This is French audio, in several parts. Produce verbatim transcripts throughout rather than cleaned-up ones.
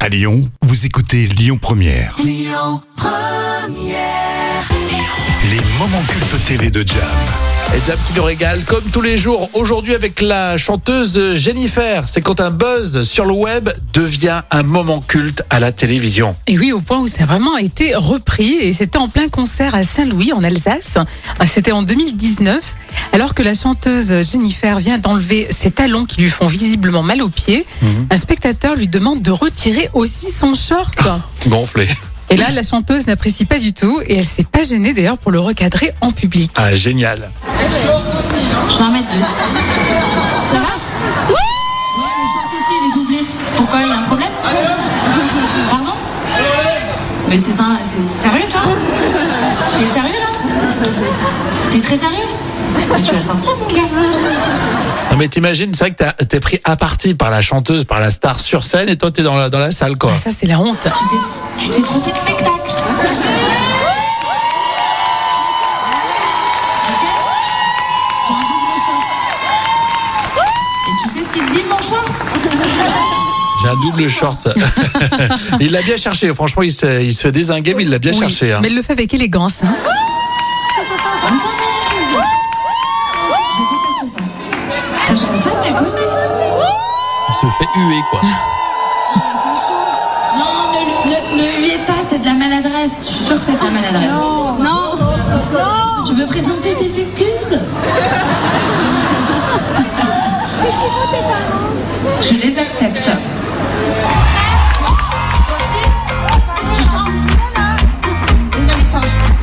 À Lyon, vous écoutez Lyon Première. Lyon Première. Les moments cultes T V de Jam. Et Jam qui nous régale comme tous les jours. Aujourd'hui avec la chanteuse Jennifer. C'est quand un buzz sur le web devient un moment culte à la télévision. Et oui, au point où ça a vraiment été repris. Et c'était en plein concert à Saint-Louis, en Alsace. C'était en deux mille dix-neuf. Alors que la chanteuse Jennifer vient d'enlever ses talons qui lui font visiblement mal aux pieds, mmh. un spectateur lui demande de retirer aussi son short. Gonflé. Et là, la chanteuse n'apprécie pas du tout et elle s'est pas gênée d'ailleurs pour le recadrer en public. Ah, génial. Je vais en mettre deux. Ça va? Oui. Ouais, le short aussi, il est doublé. Pourquoi? Il y a un problème? Pardon? Mais c'est ça, c'est sérieux, toi? T'es sérieux, là? T'es très sérieux? Mais tu vas sortir, mon gars. Non mais t'imagines, c'est vrai que t'as, t'es pris à partie par la chanteuse, par la star sur scène et toi t'es dans la, dans la salle, quoi. Ah, ça, c'est la honte. Tu t'es, tu t'es trompé de spectacle. J'ai un double short. Et tu sais ce qu'il dit, mon short? J'ai un double short. Il l'a bien cherché, franchement, il se, il se fait dézinguer, mais il l'a bien oui, cherché. Hein. Mais il le fait avec élégance. Hein. Comme ça. Je déteste ça. Ça chauffe, mais écoute. Il se fait huer, quoi. Non, ne, ne, ne huez pas, c'est de la maladresse. Je suis sûre que c'est de la maladresse. Non, non, non. Tu veux présenter tes excuses? Je les accepte. Toi aussi, tu chantes. Désolée, toi.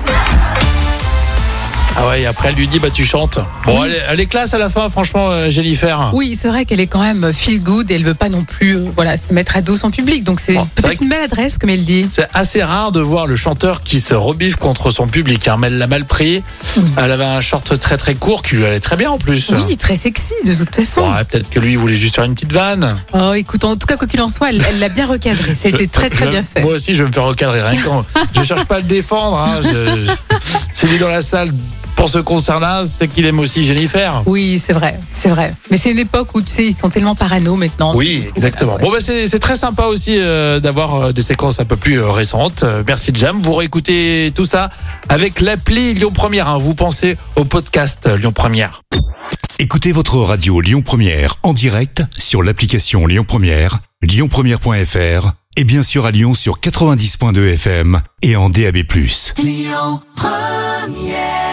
Ah ouais, et après elle lui dit bah tu chantes. Bon, oui. elle, est, elle est classe à la fin, franchement, euh, Jennifer. Oui, c'est vrai qu'elle est quand même feel good et elle veut pas non plus euh, voilà, se mettre à dos son public. Donc c'est bon, peut-être c'est une maladresse, comme elle dit. C'est assez rare de voir le chanteur qui se rebiffe contre son public. Hein. Mais elle l'a mal pris. Oui. Elle avait un short très très court qui lui allait très bien en plus. Oui, très sexy de toute façon. Ouais, peut-être que lui il voulait juste faire une petite vanne. Oh, écoute, en tout cas, quoi qu'il en soit, elle, elle l'a bien recadré. Ça a été très très je, bien fait. Moi aussi, je vais me faire recadrer. Rien quand je cherche pas à le défendre. Hein. Je, je, c'est lui dans la salle. Pour ce concert-là, c'est qu'il aime aussi Jennifer. Oui, c'est vrai, c'est vrai. Mais c'est une époque où tu sais, ils sont tellement parano maintenant. Oui, exactement. Bon, bah, c'est, c'est très sympa aussi euh, d'avoir euh, des séquences un peu plus euh, récentes. Euh, merci Jam. Vous réécoutez tout ça avec l'appli Lyon Première. Hein. Vous pensez au podcast Lyon Première. Écoutez votre radio Lyon Première en direct sur l'application Lyon Première, lyon première point f r et bien sûr à Lyon sur quatre-vingt-dix point deux F M et en D A B plus. Lyon Première.